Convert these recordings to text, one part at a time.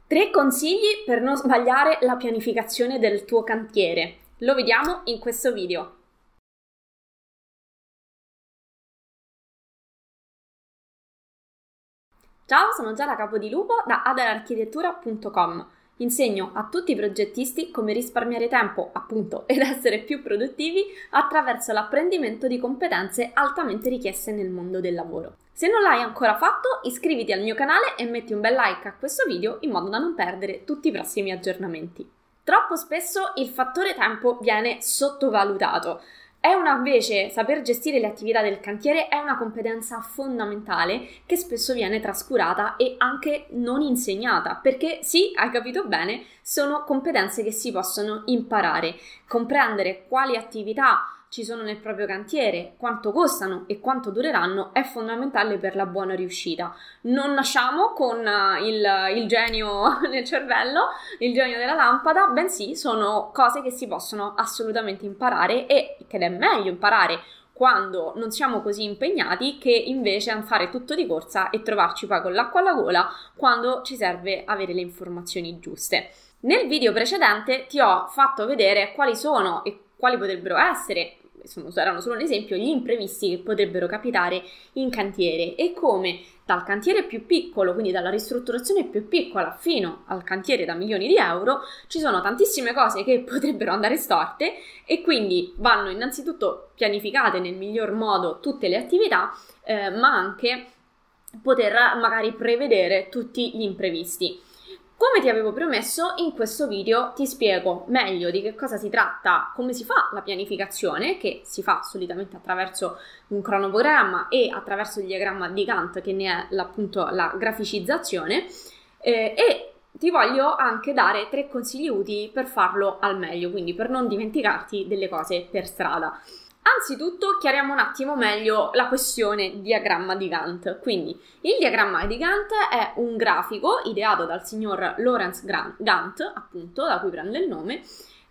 3 consigli per non sbagliare la pianificazione del tuo cantiere. Lo vediamo in questo video. Ciao, sono Giada Capodilupo da adalarchitettura.com. Insegno a tutti i progettisti come risparmiare tempo, appunto, ed essere più produttivi attraverso l'apprendimento di competenze altamente richieste nel mondo del lavoro. Se non l'hai ancora fatto, iscriviti al mio canale e metti un bel like a questo video in modo da non perdere tutti i prossimi aggiornamenti. Troppo spesso il fattore tempo viene sottovalutato. Invece saper gestire le attività del cantiere è una competenza fondamentale che spesso viene trascurata e anche non insegnata, perché sì, hai capito bene, sono competenze che si possono imparare. Comprendere quali attività ci sono nel proprio cantiere, quanto costano e quanto dureranno è fondamentale per la buona riuscita. Non nasciamo con il genio nel cervello, il genio della lampada, bensì sono cose che si possono assolutamente imparare e che è meglio imparare quando non siamo così impegnati che invece a fare tutto di corsa e trovarci poi con l'acqua alla gola quando ci serve avere le informazioni giuste. Nel video precedente ti ho fatto vedere quali sono e quali potrebbero essere, saranno solo un esempio, gli imprevisti che potrebbero capitare in cantiere e come dal cantiere più piccolo, quindi dalla ristrutturazione più piccola fino al cantiere da milioni di euro, ci sono tantissime cose che potrebbero andare storte e quindi vanno innanzitutto pianificate nel miglior modo tutte le attività, ma anche poter magari prevedere tutti gli imprevisti. Come ti avevo promesso, in questo video ti spiego meglio di che cosa si tratta, come si fa la pianificazione, che si fa solitamente attraverso un cronoprogramma e attraverso il diagramma di Gantt, che ne è appunto la graficizzazione, e ti voglio anche dare 3 consigli utili per farlo al meglio, quindi per non dimenticarti delle cose per strada. Anzitutto chiariamo un attimo meglio la questione diagramma di Gantt. Quindi il diagramma di Gantt è un grafico ideato dal signor Lawrence Gantt, appunto, da cui prende il nome,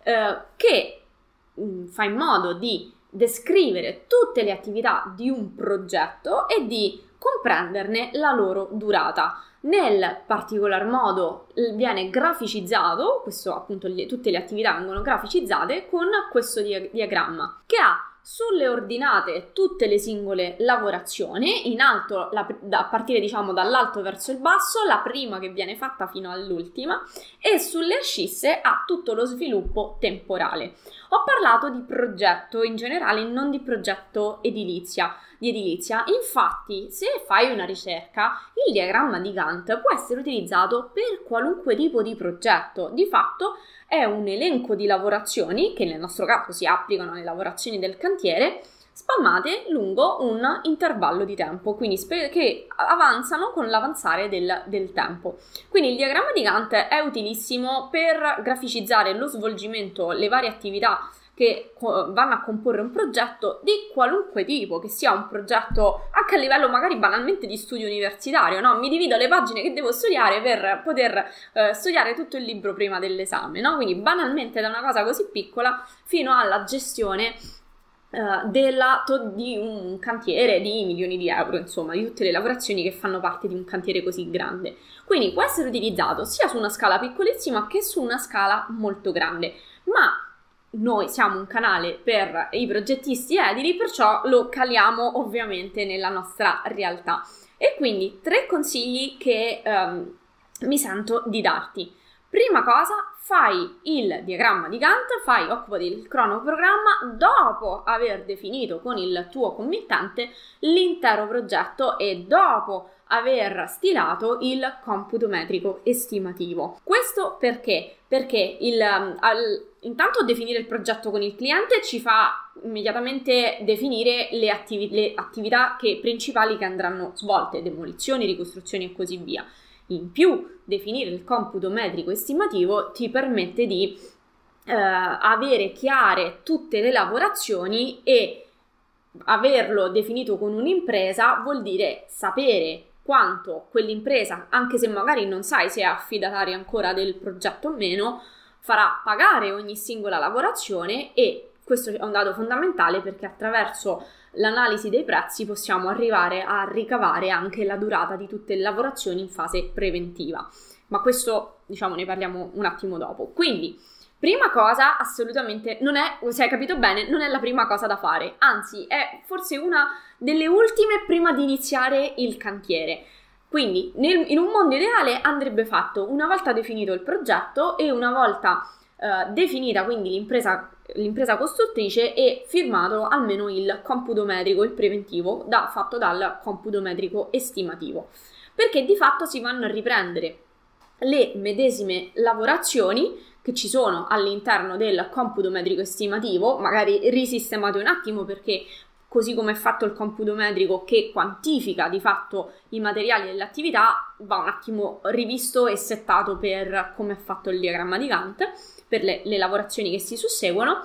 che fa in modo di descrivere tutte le attività di un progetto e di comprenderne la loro durata. Nel particolar modo viene graficizzato, questo appunto tutte le attività vengono graficizzate con questo diagramma che ha sulle ordinate tutte le singole lavorazioni, in alto a partire diciamo dall'alto verso il basso, la prima che viene fatta fino all'ultima, e sulle ascisse ha tutto lo sviluppo temporale. Ho parlato di progetto in generale, non di progetto di edilizia. Infatti, se fai una ricerca, il diagramma di Gantt può essere utilizzato per qualunque tipo di progetto. Di fatto è un elenco di lavorazioni, che nel nostro caso si applicano alle lavorazioni del cantiere, spalmate lungo un intervallo di tempo, quindi che avanzano con l'avanzare del tempo. Quindi il diagramma di Gantt è utilissimo per graficizzare lo svolgimento, le varie attività che vanno a comporre un progetto di qualunque tipo, che sia un progetto anche a livello magari banalmente di studio universitario, no? Mi divido le pagine che devo studiare per poter studiare tutto il libro prima dell'esame, no? Quindi banalmente da una cosa così piccola fino alla gestione di un cantiere di milioni di euro, insomma, di tutte le lavorazioni che fanno parte di un cantiere così grande. Quindi può essere utilizzato sia su una scala piccolissima che su una scala molto grande, ma noi siamo un canale per i progettisti edili, perciò lo caliamo ovviamente nella nostra realtà. E quindi 3 consigli che mi sento di darti. Prima cosa, fai il diagramma di Gantt, occupati del cronoprogramma dopo aver definito con il tuo committente l'intero progetto e dopo aver stilato il computo metrico estimativo. Questo perché? Perché intanto definire il progetto con il cliente ci fa immediatamente definire le attività principali che andranno svolte, demolizioni, ricostruzioni e così via. In più, definire il computo metrico estimativo ti permette di avere chiare tutte le lavorazioni e averlo definito con un'impresa vuol dire sapere quanto quell'impresa, anche se magari non sai se è affidataria ancora del progetto o meno, farà pagare ogni singola lavorazione, e questo è un dato fondamentale perché attraverso l'analisi dei prezzi possiamo arrivare a ricavare anche la durata di tutte le lavorazioni in fase preventiva. ma questo diciamo ne parliamo un attimo dopo. Quindi prima cosa, assolutamente non è, se hai capito bene, non è la prima cosa da fare, anzi è forse una delle ultime prima di iniziare il cantiere. Quindi in un mondo ideale andrebbe fatto una volta definito il progetto e una volta definita quindi l'impresa costruttrice e firmato almeno il computo metrico, il preventivo fatto dal computo metrico estimativo, perché di fatto si vanno a riprendere le medesime lavorazioni che ci sono all'interno del computo metrico estimativo, magari risistemate un attimo, perché così come è fatto il computo metrico che quantifica di fatto i materiali dell'attività, va un attimo rivisto e settato per come è fatto il diagramma di Gantt, per le lavorazioni che si susseguono,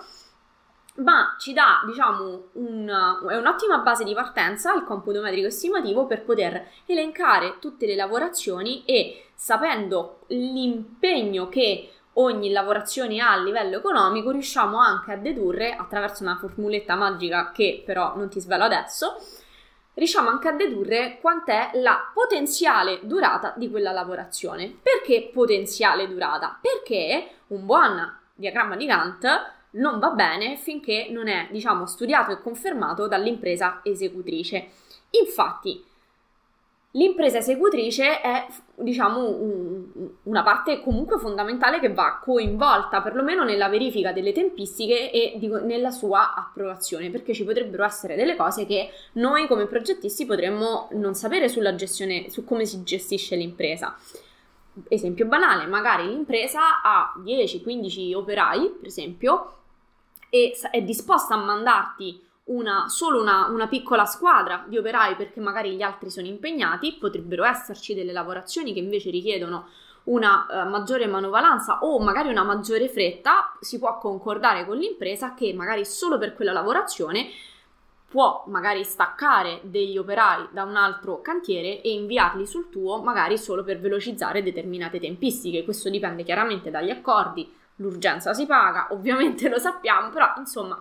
ma ci dà, diciamo, è un'ottima base di partenza il computo metrico estimativo per poter elencare tutte le lavorazioni e, sapendo l'impegno che ogni lavorazione ha a livello economico, riusciamo anche a dedurre, attraverso una formuletta magica che però non ti svelo adesso, riusciamo anche a dedurre quant'è la potenziale durata di quella lavorazione. Perché potenziale durata? Perché un buon diagramma di Gantt non va bene finché non è, diciamo, studiato e confermato dall'impresa esecutrice. Infatti, l'impresa esecutrice è, diciamo, una parte comunque fondamentale che va coinvolta perlomeno nella verifica delle tempistiche e nella sua approvazione, perché ci potrebbero essere delle cose che noi come progettisti potremmo non sapere sulla gestione, su come si gestisce l'impresa. Esempio banale, magari l'impresa ha 10-15 operai, per esempio, e è disposta a mandarti solo una piccola squadra di operai perché magari gli altri sono impegnati. Potrebbero esserci delle lavorazioni che invece richiedono una maggiore manovalanza o magari una maggiore fretta. Si può concordare con l'impresa che magari solo per quella lavorazione può magari staccare degli operai da un altro cantiere e inviarli sul tuo, magari solo per velocizzare determinate tempistiche. Questo dipende chiaramente dagli accordi, l'urgenza si paga, ovviamente lo sappiamo, però insomma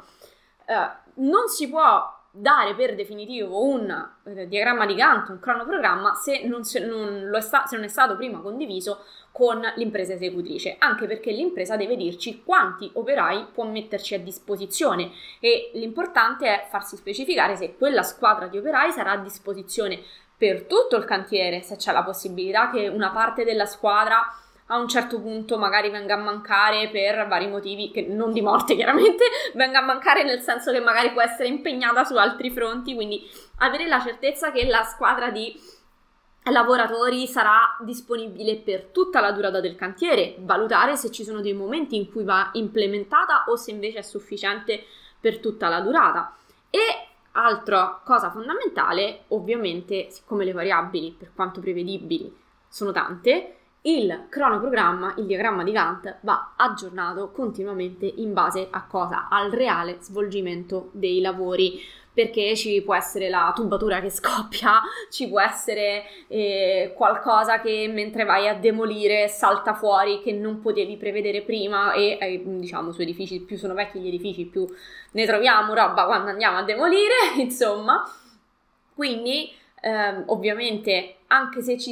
non si può dare per definitivo un diagramma di Gantt, un cronoprogramma, se non è stato prima condiviso con l'impresa esecutrice, anche perché l'impresa deve dirci quanti operai può metterci a disposizione e l'importante è farsi specificare se quella squadra di operai sarà a disposizione per tutto il cantiere, se c'è la possibilità che una parte della squadra a un certo punto magari venga a mancare per vari motivi, che non di morte chiaramente, venga a mancare nel senso che magari può essere impegnata su altri fronti, quindi avere la certezza che la squadra di lavoratori sarà disponibile per tutta la durata del cantiere, valutare se ci sono dei momenti in cui va implementata o se invece è sufficiente per tutta la durata. E altra cosa fondamentale, ovviamente, siccome le variabili, per quanto prevedibili, sono tante, il cronoprogramma, il diagramma di Gantt, va aggiornato continuamente in base a cosa? Al reale svolgimento dei lavori, perché ci può essere la tubatura che scoppia, ci può essere qualcosa che mentre vai a demolire salta fuori che non potevi prevedere prima e diciamo su edifici, più sono vecchi gli edifici più ne troviamo roba quando andiamo a demolire, insomma. Quindi ovviamente anche se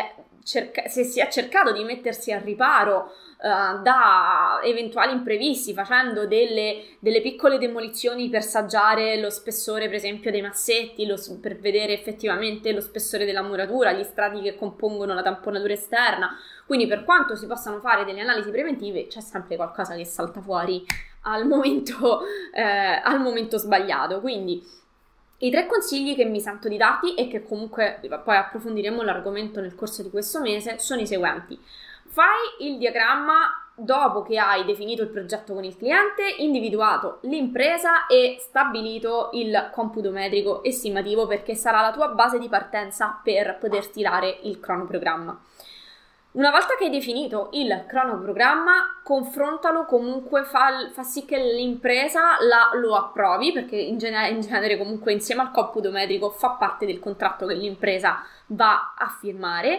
se si è cercato di mettersi al riparo da eventuali imprevisti, facendo delle piccole demolizioni per saggiare lo spessore, per esempio, dei massetti, per vedere effettivamente lo spessore della muratura, gli strati che compongono la tamponatura esterna. Quindi, per quanto si possano fare delle analisi preventive, c'è sempre qualcosa che salta fuori al momento sbagliato. Quindi i 3 consigli che mi sento di darti e che comunque poi approfondiremo l'argomento nel corso di questo mese sono i seguenti. Fai il diagramma dopo che hai definito il progetto con il cliente, individuato l'impresa e stabilito il computo metrico estimativo, perché sarà la tua base di partenza per poter stilare il cronoprogramma. Una volta che hai definito il cronoprogramma, confrontalo comunque, fa sì che l'impresa lo approvi, perché in genere comunque insieme al computo metrico fa parte del contratto che l'impresa va a firmare,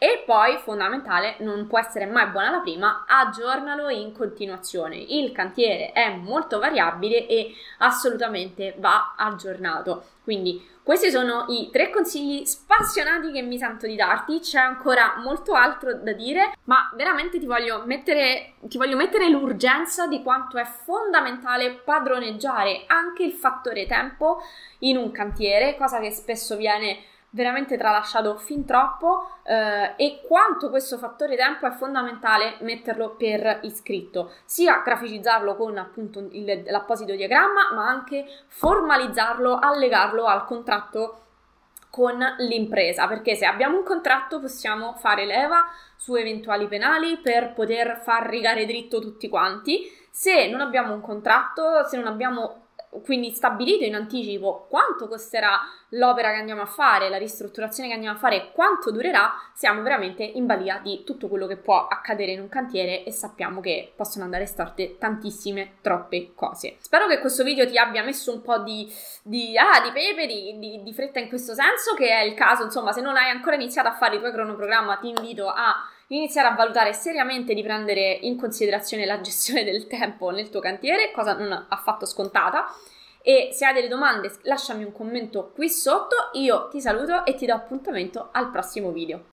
E poi, fondamentale, non può essere mai buona la prima, aggiornalo in continuazione. Il cantiere è molto variabile e assolutamente va aggiornato. Quindi questi sono i 3 consigli spassionati che mi sento di darti. C'è ancora molto altro da dire, ma veramente ti voglio mettere l'urgenza di quanto è fondamentale padroneggiare anche il fattore tempo in un cantiere, cosa che spesso viene veramente tralasciato fin troppo, e quanto questo fattore tempo è fondamentale metterlo per iscritto, sia graficizzarlo con appunto l'apposito diagramma, ma anche formalizzarlo, allegarlo al contratto con l'impresa, perché se abbiamo un contratto possiamo fare leva su eventuali penali per poter far rigare dritto tutti quanti. Se non abbiamo un contratto, se non abbiamo quindi stabilito in anticipo quanto costerà l'opera che andiamo a fare, la ristrutturazione che andiamo a fare, quanto durerà, siamo veramente in balia di tutto quello che può accadere in un cantiere e sappiamo che possono andare storte tantissime, troppe cose. Spero che questo video ti abbia messo un po' di pepe, di fretta in questo senso, che è il caso, insomma, se non hai ancora iniziato a fare i tuoi cronoprogramma ti invito a iniziare a valutare seriamente di prendere in considerazione la gestione del tempo nel tuo cantiere, cosa non affatto scontata. E se hai delle domande lasciami un commento qui sotto, io ti saluto e ti do appuntamento al prossimo video.